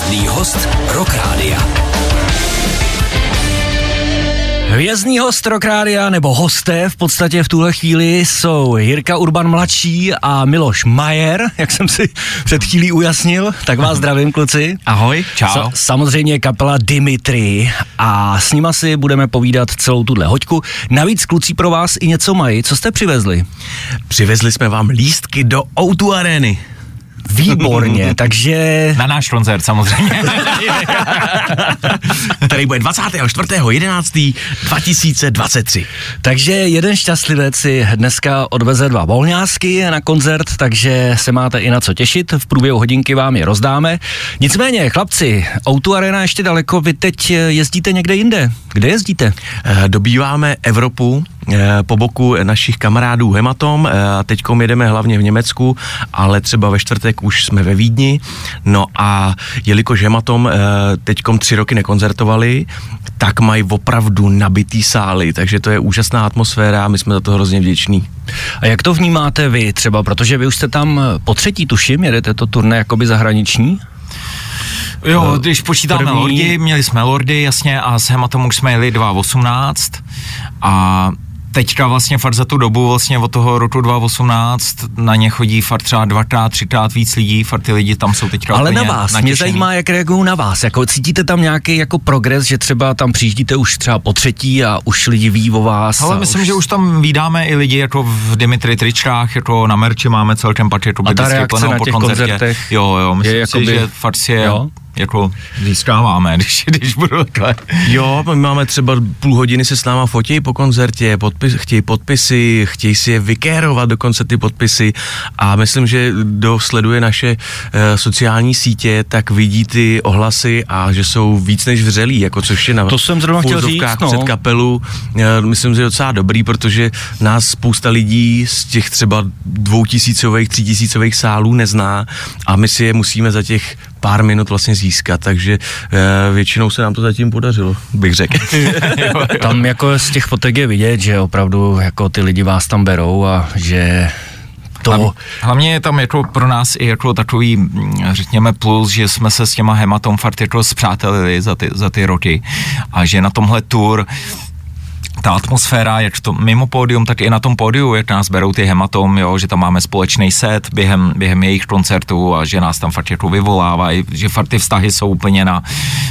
Hvězdný host Rock Rádia. Hvězdný host Rock Rádia, nebo hosté v podstatě v tuhle chvíli jsou Jirka Urban mladší a Miloš Majer, jak jsem si před chvílí ujasnil, tak vás zdravím, kluci. Ahoj, čau. Samozřejmě kapela Dimitri a s nima si budeme povídat celou tuhle hoďku. Navíc kluci pro vás i něco mají. Co jste přivezli? Přivezli jsme vám lístky do O2 Areny. Výborně, takže... Na náš koncert samozřejmě. Který bude 24.11.2023. Takže jeden šťastlivec si dneska odveze 2 volňásky na koncert, takže se máte i na co těšit, v průběhu hodinky vám je rozdáme. Nicméně, chlapci, O2 Arena ještě daleko, vy teď jezdíte někde jinde. Kde jezdíte? Dobýváme Evropu po boku našich kamarádů Hematom, teďkom jedeme hlavně v Německu, ale třeba ve čtvrtek už jsme ve Vídni, no a jelikož Hematom teďkom 3 roky nekoncertovali, tak mají opravdu nabitý sály, takže to je úžasná atmosféra a my jsme za to hrozně vděční. A jak to vnímáte vy třeba, protože vy už jste tam po 3. tuším, jedete to turné jakoby zahraniční? Jo, když počítáme Lordi, měli jsme Lordi, jasně, a s Hematom už jsme jeli 2018 a teďka vlastně fakt za tu dobu, vlastně od toho roku 2018 na ně chodí fakt třeba 2x, 3x víc lidí, fakt ty lidi tam jsou teďka ale úplně na vás, natěšený. Mě zajímá, jak reagují na vás, jako cítíte tam nějaký jako progres, že třeba tam přijíždíte už třeba po 3. a už lidi ví o vás? Ale myslím, že už tam vídáme i lidi jako v Dimitri tričkách, jako na merči máme celkem pak jako a ta reakce na těch koncertech? Jo, myslím jakoby, si, že fakt si je... Jo? Jako získáváme, když budu takhle. Jo, my máme třeba půl hodiny se s náma fotí po koncertě, chtějí podpisy, chtějí si je vykérovat dokonce ty podpisy a myslím, že kdo sleduje naše sociální sítě, tak vidí ty ohlasy a že jsou víc než vřelí, jako což je na to jsem zrovna chtěl říct, no. Před kapelu. Myslím, že je docela dobrý, protože nás spousta lidí z těch třeba 2000, 3000 sálů nezná a my si je musíme za těch pár minut vlastně získat, takže většinou se nám to zatím podařilo, bych řekl. Tam jako z těch fotek je vidět, že opravdu jako ty lidi vás tam berou a že to... Hlavně je tam jako pro nás i jako takový, řekněme, plus, že jsme se s těma Hematom fakt jako spřátelili za ty roky a že na tomhle tour ta atmosféra, jak to mimo pódium, tak i na tom pódiu, jak nás berou ty Hematom, jo, že tam máme společný set během jejich koncertů a že nás tam fakt jako vyvolávají, že fakt ty vztahy jsou úplně na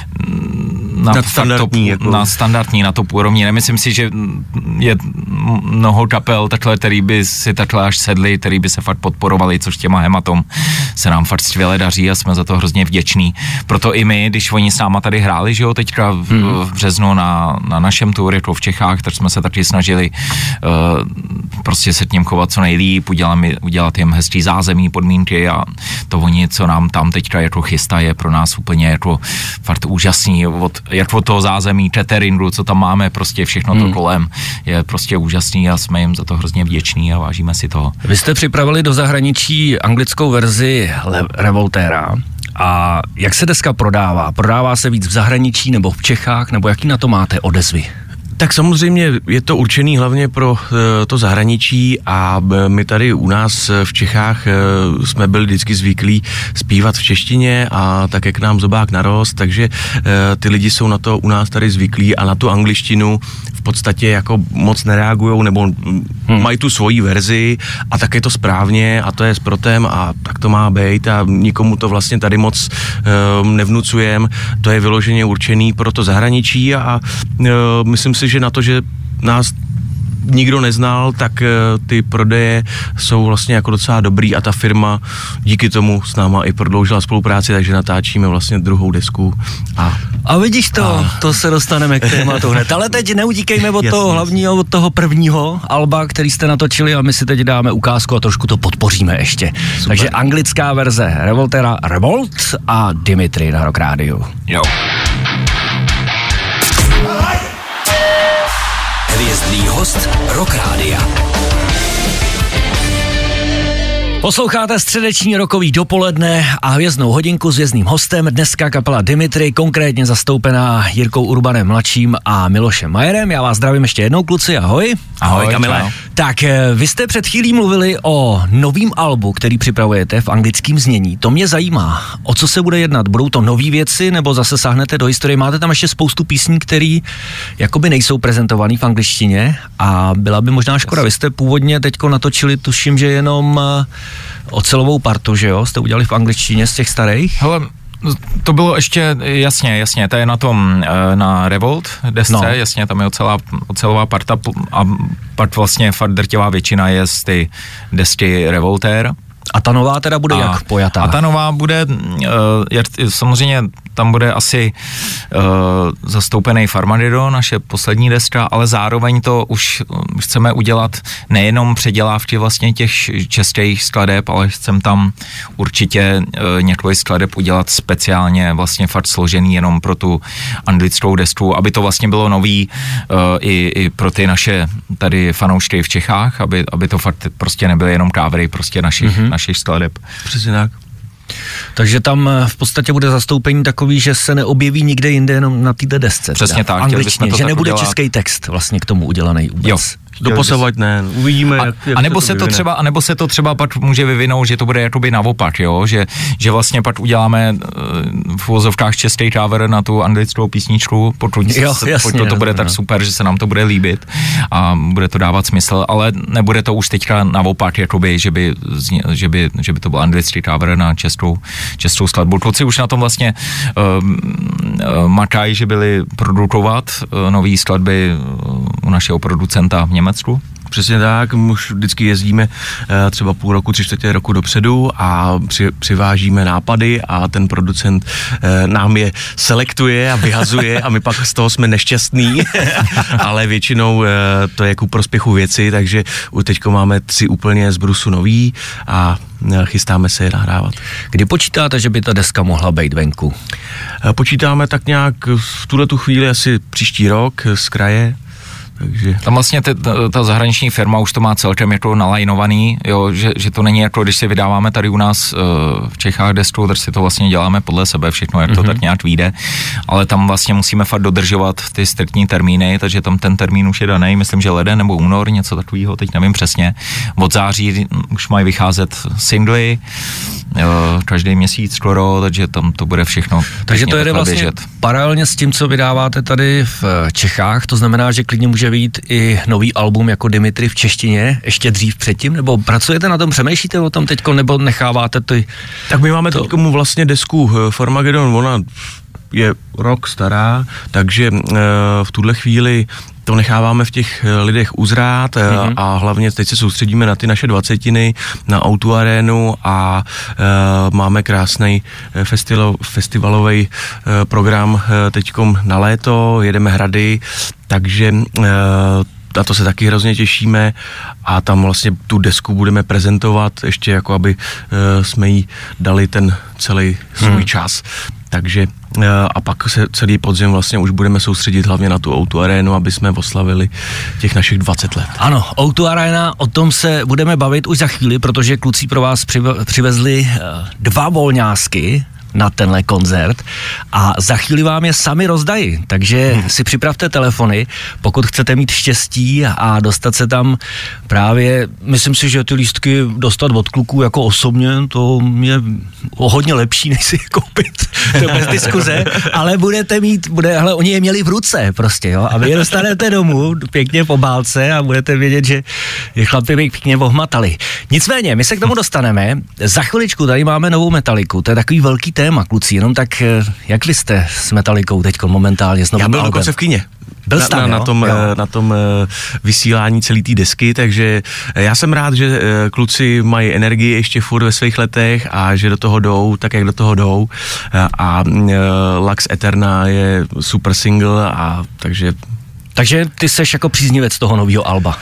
standardní, na top úrovni. Nemyslím si, že je mnoho kapel takhle, který by si takhle až sedli, který by se fakt podporovali, což těma Hematom se nám fakt skvěle daří a jsme za to hrozně vděční. Proto i my, když oni s náma tady hráli, že jo, teďka v březnu na našem tour, jako v Čechách, tak jsme se taky snažili prostě se k něm chovat co nejlíp, udělat jim hezký zázemí, podmínky a to oni, co nám tam teďka jako chystá, je pro nás úplně jako fakt úžasný, jak od toho zázemí, cateringu, co tam máme, prostě všechno to kolem je prostě úžasný a jsme jim za to hrozně vděční a vážíme si toho. Vy jste připravili do zahraničí anglickou verzi Revoltera. A jak se deska prodává? Prodává se víc v zahraničí nebo v Čechách, nebo jaký na to máte odezvy? Tak samozřejmě je to určený hlavně pro to zahraničí a my tady u nás v Čechách jsme byli vždycky zvyklí zpívat v češtině a tak jak nám zobák narost, takže ty lidi jsou na to u nás tady zvyklí a na tu angličtinu v podstatě jako moc nereagujou nebo mají tu svoji verzi a tak je to správně a to je s protem a tak to má být a nikomu to vlastně tady moc nevnucujeme, to je vyloženě určený pro to zahraničí a myslím si, že na to, že nás nikdo neznal, tak ty prodeje jsou vlastně jako docela dobrý a ta firma díky tomu s náma i prodloužila spolupráci, takže natáčíme vlastně druhou desku. A vidíš to, to se dostaneme k tématu hned. Ale teď neutíkejme od toho hlavního, od toho prvního alba, který jste natočili a my si teď dáme ukázku a trošku to podpoříme ještě. Super. Takže anglická verze Revoltera Revolt a Dimitri na Rock Rádiu. Jo. Hvězdný host Rock Rádia. Posloucháte středeční rokový dopoledne a hvězdnou hodinku s hvězdným hostem. Dneska kapela Dimitri, konkrétně zastoupená Jirkou Urbanem mladším a Milošem Majerem. Já vás zdravím ještě jednou, kluci, ahoj. Ahoj, Kamile. Tak, vy jste před chvílí mluvili o novým albu, který připravujete v anglickém znění. To mě zajímá. O co se bude jednat? Budou to nový věci, nebo zase sáhnete do historie? Máte tam ještě spoustu písní, které jakoby nejsou prezentované v angličtině a byla by možná škoda. Vy jste původně teďko natočili, tuším, že jenom ocelovou partu, že jo? Jste udělali v angličtině z těch starých? Hele, to bylo ještě, jasně, to je na tom, na Revolt desce, jasně, tam je ocelová parta a pak vlastně fakt drtivá většina je z ty desky Revolter. A ta nová teda bude jak pojatá? A ta nová bude, samozřejmě tam bude asi zastoupený Farmadido, naše poslední deska, ale zároveň to už chceme udělat nejenom předělávky vlastně těch českých skladeb, ale chceme tam určitě několik skladeb udělat speciálně vlastně fakt složený jenom pro tu anglickou desku, aby to vlastně bylo nový i pro ty naše tady fanoušky v Čechách, aby to fakt prostě nebyly jenom covery prostě našich skladeb. Přesně tak. Takže tam v podstatě bude zastoupení takový, že se neobjeví nikde jinde, jenom na této desce. Přesně tak. Angličtině, že nebude udělat český text vlastně k tomu udělaný vůbec. Jo. Doposavať ne, uvidíme, jak anebo se to třeba pak může vyvinout, že to bude jakoby naopak, jo? Že vlastně pak uděláme v uvozovkách český cover na tu anglickou písničku, pokud to bude tak super, že se nám to bude líbit a bude to dávat smysl, ale nebude to už teďka naopak, jakoby, že by to byl anglický cover na českou skladbu. Kluci už na tom vlastně makají, že byli produkovat nový skladby u našeho producenta v Německu. Přesně tak, už vždycky jezdíme třeba půl roku, 3/4 roku dopředu a přivážíme nápady a ten producent nám je selektuje a vyhazuje a my pak z toho jsme nešťastní, ale většinou to je ku prospěchu věci, takže teďko máme 3 úplně z brusu nový a chystáme se je nahrávat. Kdy počítáte, že by ta deska mohla být venku? Počítáme tak nějak v tuhletu chvíli asi příští rok z kraje. Takže. Tam vlastně ta zahraniční firma už to má celkem jako nalajnovaný, jo, že to není jako, když si vydáváme tady u nás v Čechách desku, tak si to vlastně děláme podle sebe všechno, jak to tak nějak vyjde, ale tam vlastně musíme fakt dodržovat ty striktní termíny, takže tam ten termín už je daný, myslím, že leden nebo únor, něco takového, teď nevím přesně. Od září už mají vycházet singly, každý měsíc skoro, takže tam to bude všechno. Takže to jde vlastně běžet paralelně s tím, co vydáváte tady v Čechách, to znamená, že klidně může vyjít i nový album jako Dimitri v češtině, ještě dřív předtím, nebo pracujete na tom, přemýšlíte o tom teďko, nebo necháváte ty... Tak my máme teďko vlastně desku Farmagedon, ona je rok stará, takže v tuhle chvíli to necháváme v těch lidech uzrát a hlavně teď se soustředíme na ty naše 20, na O2 Arenu a máme krásný festivalový program teďkom na léto, jedeme Hrady, takže na to se taky hrozně těšíme a tam vlastně tu desku budeme prezentovat, ještě jako aby jsme jí dali ten celý svůj čas. Takže a pak se celý podzim vlastně už budeme soustředit hlavně na tu O2 Arenu, aby jsme oslavili těch našich 20 let. Ano, O2 Arena, o tom se budeme bavit už za chvíli, protože kluci pro vás přivezli 2 volňásky na tenhle koncert a za chvíli vám je sami rozdají, takže si připravte telefony, pokud chcete mít štěstí a dostat se tam právě, myslím si, že ty lístky dostat od kluků jako osobně, to je hodně lepší, než si je koupit, to bez diskuze, ale hele, oni je měli v ruce prostě, jo, a vy je dostanete domů pěkně po bálce a budete vědět, že je chlapi pěkně ohmatali. Nicméně, my se k tomu dostaneme, za chviličku tady máme novou Metaliku, to je takový velký téma, kluci, jenom tak, jak vy jste s Metalikou teďko momentálně s novým albem? Já byl dokonce v kině. Byl jsi tam, na tom vysílání celé té desky, takže já jsem rád, že kluci mají energii ještě furt ve svých letech a že do toho jdou, tak jak do toho jdou a Lux Eterna je super single a takže... Takže ty seš jako příznivec toho nového alba.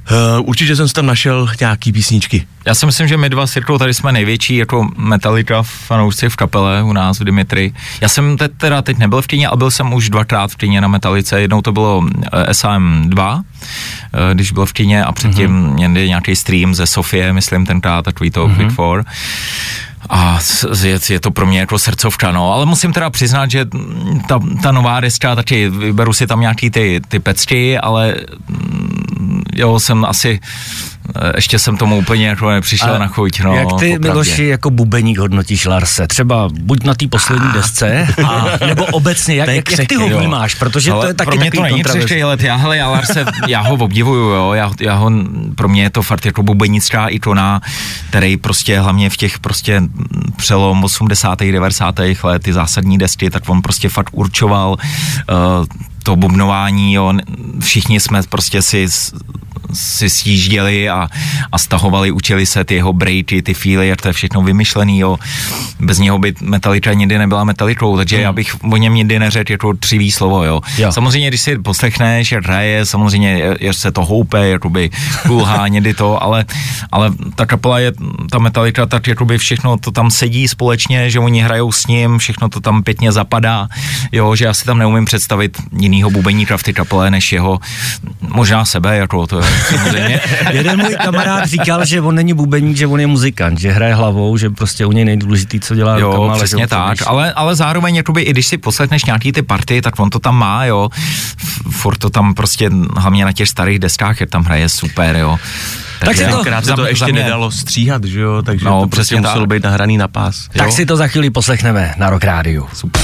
Určitě jsem si tam našel nějaký písničky. Já si myslím, že my dva s Jirkou tady jsme největší jako Metallica fanoušci v kapele u nás v Dimitri. Já jsem teď nebyl v kyně, ale byl jsem už 2krát v kyně na Metallice. Jednou to bylo SAM 2, když byl v kyně a předtím nějaký stream ze Sofie, myslím tenkrát, takový to Quick 4. A je to pro mě jako srdcovka, no, ale musím teda přiznat, že ta nová deska, taky vyberu si tam nějaký ty pecky, ale jo, jsem asi, ještě jsem tomu úplně jako nepřišel na chuť, no. Jak ty, Miloši, jako bubeník hodnotíš Larse? Třeba buď na té poslední desce, nebo obecně, jak ty ho vnímáš? Protože to je taky pro mě to není třeštěj let, já Larse, já ho obdivuju, jo, pro mě je to fakt jako bubenická ikona, který prostě hlavně v těch prostě přelom 80. 90. let, ty zásadní desky, tak on prostě fakt určoval to bubnování, jo, všichni jsme prostě si sjížděli a stahovali, učili se ty jeho breaky, ty feely, jak to je všechno vymyšlený, jo. Bez něho by Metallica nikdy nebyla Metallicou, takže já bych o něm nikdy neřekl jako křivý slovo, jo. Samozřejmě, když si poslechneš, jak hraje, samozřejmě, jak se to houpe, jakoby kulhá někdy to, ale ta kapela je, ta Metallica, tak jakoby všechno to tam sedí společně, že oni hrajou s ním, všechno to tam pěkně zapadá, jo, že já si tam neumím představit jinýho bubeníka v té kapele, než jeho, možná sebe, jako to je. Jeden můj kamarád říkal, že on není bubeník, že on je muzikant, že hraje hlavou, že prostě u něj nejdůležitý, co dělá rukama. Jo, přesně tak, ale zároveň jakoby, i když si poslechneš nějaký ty party, tak on to tam má, jo, furt to tam prostě, hlavně na těch starých deskách, jak tam hraje super, jo. Tak se to ještě nedalo stříhat, že jo, takže to prostě muselo být nahraný na pás. Tak si to za chvíli poslechneme na Rock Rádiu. Super.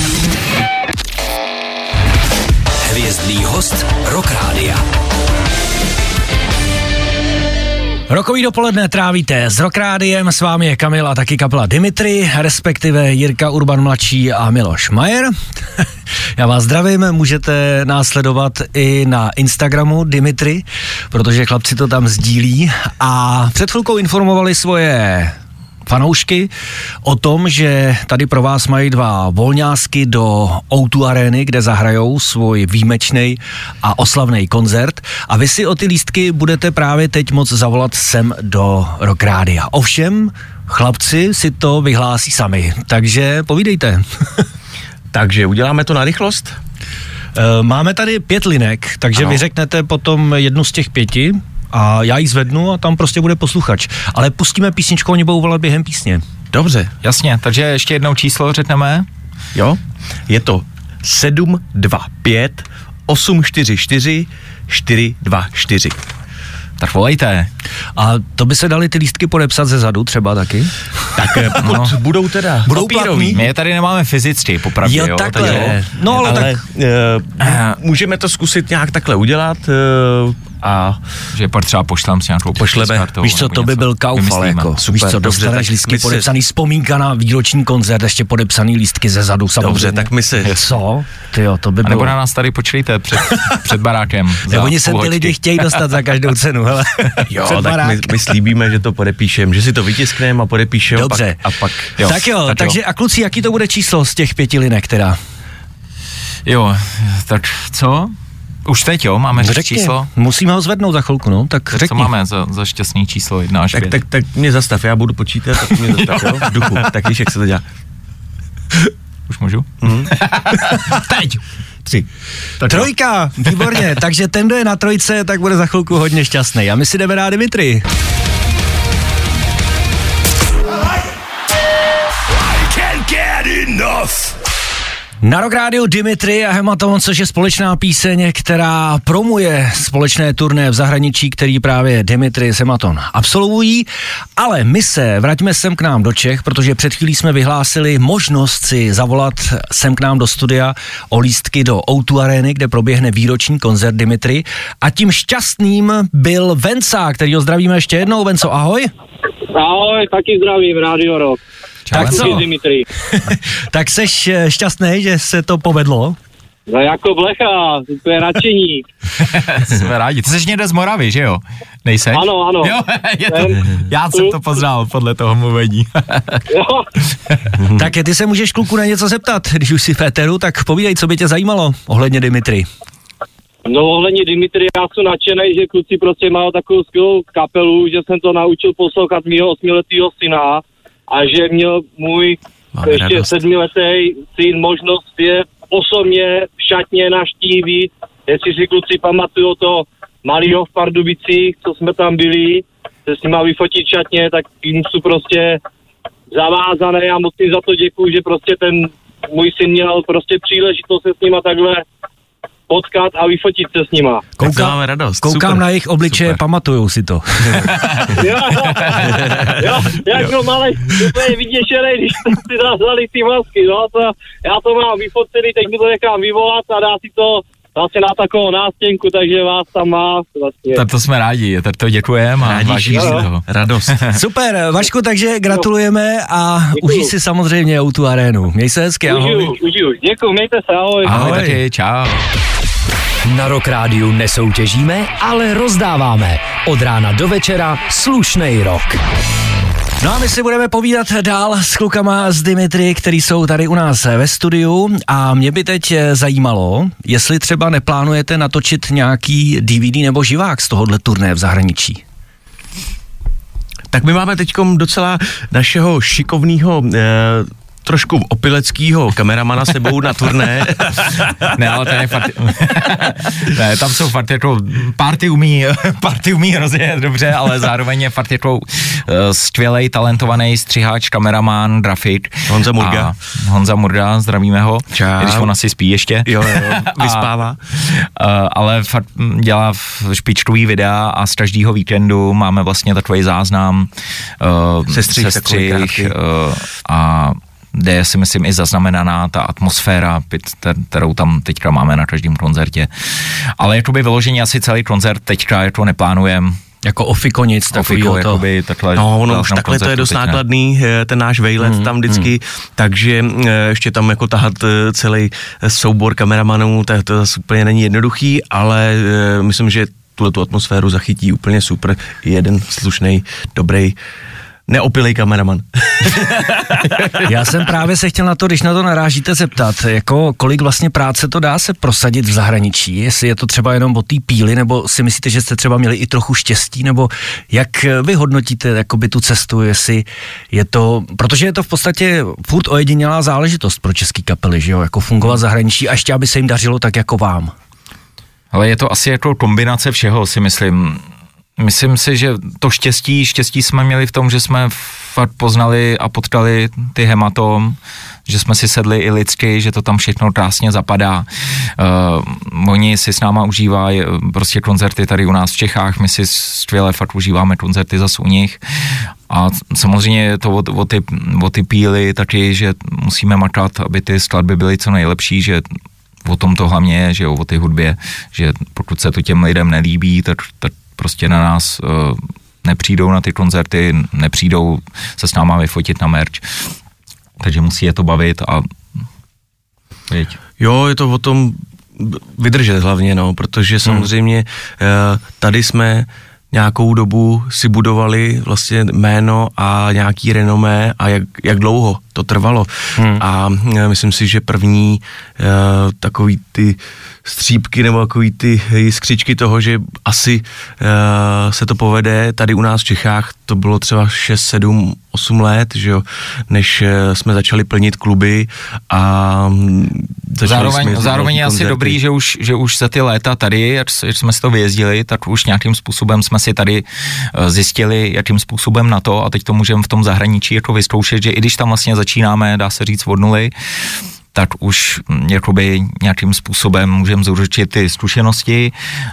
Hvězdný host Rock Rádia. Rokový dopoledne trávíte s Rock Rádiem, s vámi je Kamil a taky kapela Dimitri, respektive Jirka Urban mladší a Miloš Majer. Já vás zdravím, můžete nás sledovat i na Instagramu Dimitri, protože chlapci to tam sdílí a před chvilkou informovali svoje fanoušky o tom, že tady pro vás mají 2 volňásky do O2 Areny, kde zahrajou svůj výjimečný a oslavný koncert a vy si o ty lístky budete právě teď moc zavolat sem do Rock Rádia. Ovšem, chlapci si to vyhlásí sami, takže povídejte. Takže uděláme to na rychlost? Máme tady 5 linek, takže vy řeknete potom jednu z těch 5 a já ji zvednu a tam prostě bude posluchač. Ale pustíme písničku, oni budou volat během písně. Dobře. Jasně, takže ještě jednou číslo řekneme. Jo, je to 725 844 424. Tak volejte. A to by se dali ty lístky podepsat ze zadu třeba taky? Tak pokud budou teda papírový. My je tady nemáme fyzicky, popravdě, jo. Takhle. Takže, no ale tak... můžeme to zkusit nějak takhle udělat a... Že pak třeba pošlám si nějakou kartou. Víš co, to by byl kaufal, jako. Super, víš co, dostaneš lístky podepsaný, vzpomínka na výroční koncert, ještě podepsaný lístky ze zadu, samozřejmě. Dobře, tak my si... Co? Tyjo, to by bylo... A nebo na nás tady počkejte před barákem. Oni se ty lidi chtějí dostat za každou cenu, hele. Jo, tak my slíbíme, že to podepíšem, že si to vytiskneme a podepíšem. Dobře. A pak jo. Tak jo, takže a kluci, jaký to bude číslo z těch 5 linek teda? Jo, tak co? Už teď, jo, máme číslo? Musíme ho zvednout za chvilku, no, tak řekni. Co máme za šťastný číslo 1 až 5? Tak mě zastav, já budu počítat, tak mě zastav, jo, v duchu. Tak víš, jak se to dělá. Už můžu? Teď! 3. Trojka, výborně, takže ten, kdo je na trojce, tak bude za chvilku hodně šťastný. A my si jdeme dát Dimitri. Na Rock Rádiu Dimitri a Hematon, což je společná píseň, která promuje společné turné v zahraničí, který právě Dimitri s Hematon absolvují. Ale my se vraťme sem k nám do Čech, protože před chvílí jsme vyhlásili možnost si zavolat sem k nám do studia o lístky do O2 Areny, kde proběhne výroční koncert Dimitri. A tím šťastným byl Venca, kterýho zdravíme ještě jednou. Venco, ahoj. Ahoj, taky zdravím, Radio Rock. Tak co? Dimitri. Tak seš šťastný, že se to povedlo? No jako blecha, to je nadšení. Jsme rádi. Ty jsi někde z Moravy, že jo? Nejseš? Ano. Jo, já jsem to poznal podle toho mluvení. Tak ty se můžeš kluku na něco zeptat, když už jsi v éteru, tak povídej, co by tě zajímalo ohledně Dimitri. No ohledně Dimitri, já jsem nadšenej, že kluci prostě mají takovou skvělou kapelu, že jsem to naučil poslouchat mýho 8letýho syna a že měl můj ještě 7letý syn možnost je osobně v šatně navštívit, jestli si kluci pamatujou to malýho v Pardubicích, co jsme tam byli, se s nima vyfotit šatně, tak jim jsou prostě zavázané a moc jim za to děkuju, že prostě ten můj syn měl prostě příležitost se s nima takhle potkat a vyfotit se s nima. Koukám na jejich obličeje, pamatujou si to. jo, jak byl malej, úplně vyděšenej, když si dali ty masky, no, to, já to mám vyfocený, teď mi to nechám vyvolat a dá si to vlastně na takovou nástěnku, takže vás tam má. Vlastně. Tak to jsme rádi, tak to děkujeme a vážíme si toho. Radost. Super, Vašku, takže gratulujeme a užij si samozřejmě tu arénu. Měj se hezky, ahoj. Užiju, děkuju, mějte se, ahoj. Ahoj, taky, čau. Na Rock Rádiu nesoutěžíme, ale rozdáváme. Od rána do večera slušnej rock. No a my si budeme povídat dál s klukama z Dimitri, který jsou tady u nás ve studiu a mě by teď zajímalo, jestli třeba neplánujete natočit nějaký DVD nebo živák z tohohle turné v zahraničí. Tak my máme teďkom docela našeho šikovného trošku opileckýho kameramana sebou na turné. Ne, ale ten je fakt... ne, tam jsou fakt jako... Party umí rozjet dobře, ale zároveň je fakt jako skvělej, talentovaný střiháč, kameraman, grafik. Honza Murda, zdravíme ho. Čau. Když on asi spí ještě. Jo, vyspává. Ale fakt dělá špičkový videa a z každého víkendu máme vlastně takový záznam sestřih a kde si myslím i zaznamenaná ta atmosféra, kterou tam teďka máme na každém koncertě. Ale jakoby vyloženě asi celý koncert teďka jako neplánujem. Jako ofiko nic takového to. Takhle, no, ono už takhle to je dost nákladný, ten náš vejlet tam vždycky, takže ještě tam jako tahat celý soubor kameramanů, to zase úplně není jednoduchý, ale myslím, že tu atmosféru zachytí úplně super jeden slušný, dobrý neopilej kameraman. Já jsem právě se chtěl na to, když na to narážíte, zeptat, jako kolik vlastně práce to dá se prosadit v zahraničí, jestli je to třeba jenom o té píli, nebo si myslíte, že jste třeba měli i trochu štěstí, nebo jak vy hodnotíte jakoby tu cestu, jestli je to, protože je to v podstatě furt ojedinělá záležitost pro český kapely, že jo, jako fungovat v zahraničí a ještě, aby se jim dařilo tak jako vám. Ale je to asi jako kombinace všeho, si myslím. Myslím si, že to štěstí jsme měli v tom, že jsme fakt poznali a potkali ty Hematom, že jsme si sedli i lidsky, že to tam všechno krásně zapadá. Oni si s náma užívají prostě koncerty tady u nás v Čechách, my si skvěle fakt užíváme koncerty zas u nich. A samozřejmě je to o ty píly taky, že musíme makat, aby ty skladby byly co nejlepší, že o tom to hlavně je, že jo, o té hudbě, že pokud se to těm lidem nelíbí, tak prostě na nás nepřijdou na ty koncerty, nepřijdou se s náma vyfotit na merch. Takže musí je to bavit a viď. Jo, je to o tom vydržet hlavně, no, protože samozřejmě tady jsme nějakou dobu si budovali vlastně jméno a nějaký renomé a jak dlouho to trvalo. A myslím si, že první takový ty střípky nebo takový ty jiskřičky toho, že asi se to povede tady u nás v Čechách, to bylo třeba 6, 7, 8 let, že jo, než jsme začali plnit kluby a zároveň je asi dobrý, že už za ty léta tady, jak jsme si to vyjezdili, tak už nějakým způsobem jsme si tady zjistili, jakým způsobem na to a teď to můžeme v tom zahraničí jako vyzkoušet, že i když tam vlastně začínáme, dá se říct od nuly, tak už jakoby nějakým způsobem můžeme zúročit ty zkušenosti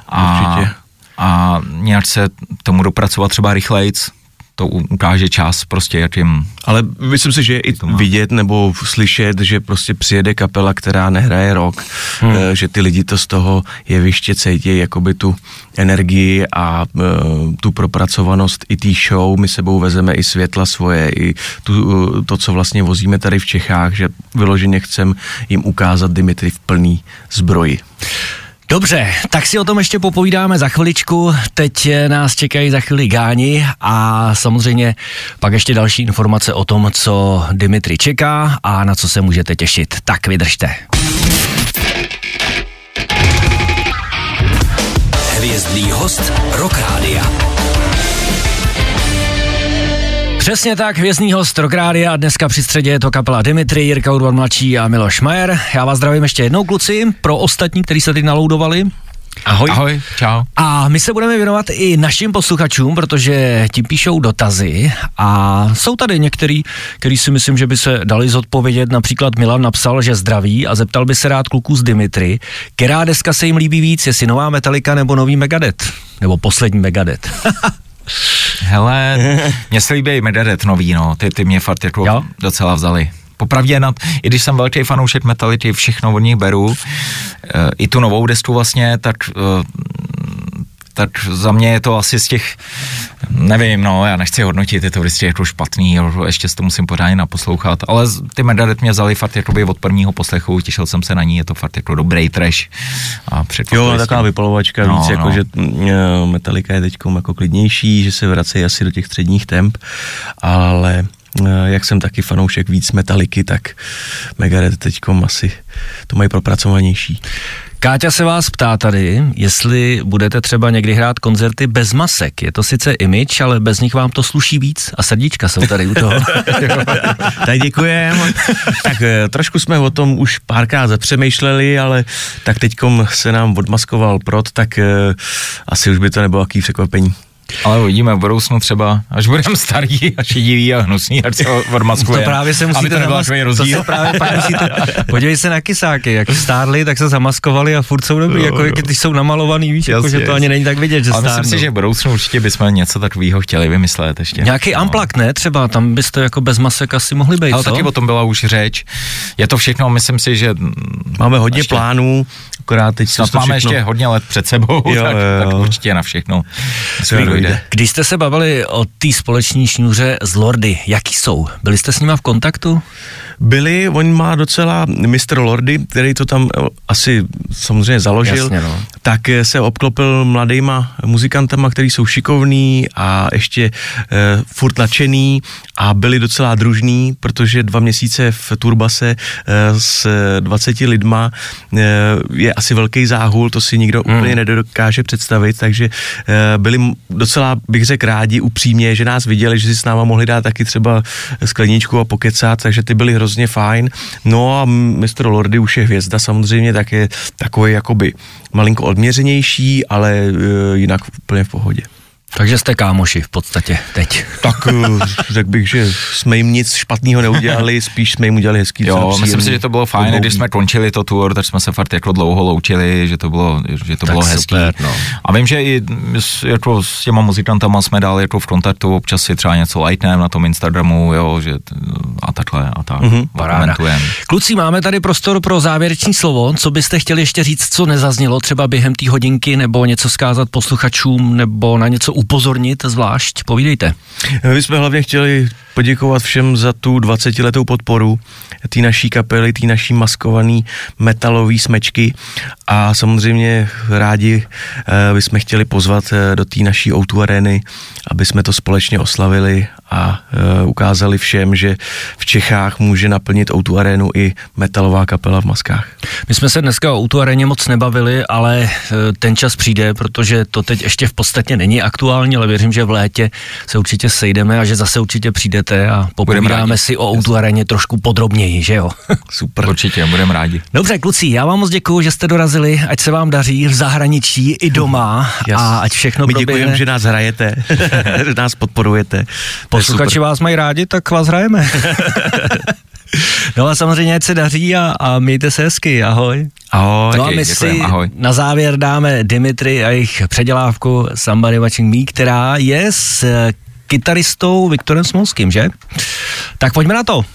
a nějak se tomu dopracovat třeba rychlejc, to ukáže čas prostě jakým... Ale myslím si, že je i vidět nebo slyšet, že prostě přijede kapela, která nehraje rock, že ty lidi to z toho jeviště cítí jakoby tu energii a tu propracovanost i tý show, my sebou vezeme i světla svoje, i to, co vlastně vozíme tady v Čechách, že vyloženě chcem jim ukázat Dimitri v plný zbroji. Dobře, tak si o tom ještě popovídáme za chviličku, teď nás čekají za chvíli Gáni a samozřejmě pak ještě další informace o tom, co Dimitri čeká a na co se můžete těšit, tak vydržte. hvězdný host Rock Rádia. Přesně tak, hvězdný host Rock Rádia a dneska při středě je to kapela Dimitri, Jirka Urban mladší a Miloš Majer. Já vás zdravím ještě jednou, kluci, pro ostatní, kteří se teď naloudovali. Ahoj. Ahoj, čau. A my se budeme věnovat i našim posluchačům, protože ti píšou dotazy a jsou tady některý, který si myslím, že by se dali zodpovědět. Například Milan napsal, že zdraví a zeptal by se rád kluků z Dimitri, která deska se jim líbí víc, jestli nová Metallica nebo nový Megadeth, nebo poslední Megadeth. Hele, mně se líbí Megadeth nový, no, ty mě fakt jako docela vzali. Popravdě, i když jsem velký fanoušek Metallica, všechno od nich beru, i tu novou desku vlastně, tak za mě je to asi z těch, nevím, no, já nechci hodnotit, je to vždycky jako špatný, ještě si to musím pořádně naposlouchat, ale ty Megadeth mě vzali fakt jakoby od prvního poslechu, těšil jsem se na ní, je to fakt jako dobrý trash. A jo, taková vypalovačka víc, jako že Metallica je teďkom jako klidnější, že se vracejí asi do těch středních temp, ale jak jsem taky fanoušek víc Metalliky, tak Megadeth teďkom asi to mají propracovanější. Káťa se vás ptá tady, jestli budete třeba někdy hrát koncerty bez masek. Je to sice image, ale bez nich vám to sluší víc a srdíčka jsou tady u toho. Tak děkujem. Tak trošku jsme o tom už párkrát zapřemýšleli, ale tak teďkom se nám odmaskoval prot, tak asi už by to nebylo jaký překvapení. Ale uvidíme v budoucnu třeba, až budeme starý a šedivý a hnusný, až se odmaskujeme. To právě se musíte Podívej se na Kysáky, jak stárli, tak se zamaskovali a furt jsou dobrý, jako když jsou namalovaný, víš, jako, že to ani není tak vidět, že stárnou. Ale myslím si, že v budoucnu určitě bychom něco takového chtěli vymyslet ještě. Nějaký unplugged, ne? Třeba tam byste jako bez masek asi mohli být, ale co? Taky o tom byla už řeč. Je to všechno, myslím si, že máme hodně plánů, akorát teď snad máme ještě hodně let před sebou, tak určitě na všechno. Když jste se bavili o té společní šňůře z Lordi, jaký jsou? Byli jste s nima v kontaktu? Byli, on má docela Mr. Lordi, který to tam asi samozřejmě založil, jasně, no. Tak se obklopil mladýma muzikantama, který jsou šikovní a ještě furt nadšený a byli docela družní, protože 2 měsíce v turbase s 20 lidma je asi velký záhul, to si nikdo úplně nedokáže představit, takže byli docela, bych řekl, rádi upřímně, že nás viděli, že si s náma mohli dát taky třeba skleničku a pokecat, takže ty byli hrozně fajn. No a Mr. Lordi už je hvězda samozřejmě, tak je takový jakoby malinko odměřenější, ale jinak úplně v pohodě. Takže jste kámoši v podstatě teď. Tak řekl bych, že jsme jim nic špatného neudělali, spíš jsme jim udělali hezký. Jo, myslím si, že to bylo fajn, když jsme končili to tour, tak jsme se fakt jako dlouho loučili, že to bylo hezký. Super, no. A vím, že i jako s těma muzikantama jsme dali jako v kontaktu, občas si třeba něco lajkneme na tom Instagramu, jo, že a takhle a tak. Komentujeme. Kluci, máme tady prostor pro závěrečné slovo. Co byste chtěli ještě říct, co nezaznělo třeba během té hodinky, nebo něco vzkázat posluchačům, nebo na něco upozornit zvlášť? Povídejte. My jsme hlavně chtěli poděkovat všem za tu 20letou podporu té naší kapely, té naší maskovaný metalový smečky a samozřejmě rádi bychom chtěli pozvat do té naší O2 arény, aby jsme to společně oslavili a ukázali všem, že v Čechách může naplnit O2 arénu i metalová kapela v maskách. My jsme se dneska o O2 aréně moc nebavili, ale ten čas přijde, protože to teď ještě v podstatě není aktuální, ale věřím, že v létě se určitě sejdeme a že zase určitě přijdete a popovídáme si o O2 aréně trošku podrobněji, že jo? Super. Určitě, budeme rádi. Dobře, kluci, já vám moc děkuju, že jste dorazili, ať se vám daří v zahraničí i doma a ať všechno proběhne. My děkujeme, že nás hrajete, že nás podporujete. Posluchači vás mají rádi, tak vás hrajeme. No a samozřejmě ať se daří a mějte se hezky, ahoj. Ahoj. No a my si na závěr dáme Dimitri a jejich předělávku Somebody Watching Me, která je s kytaristou Viktorem Smolským, že? Tak pojďme na to.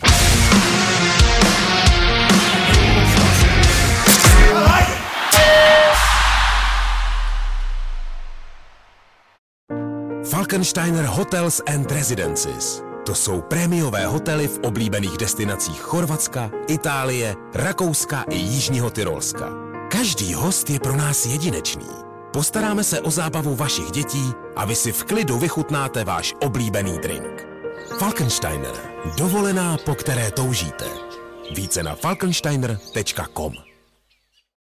Falkensteiner Hotels and Residences. To jsou prémiové hotely v oblíbených destinacích Chorvatska, Itálie, Rakouska i Jižního Tyrolska. Každý host je pro nás jedinečný. Postaráme se o zábavu vašich dětí a vy si v klidu vychutnáte váš oblíbený drink. Falkensteiner. Dovolená, po které toužíte. Více na falkensteiner.com.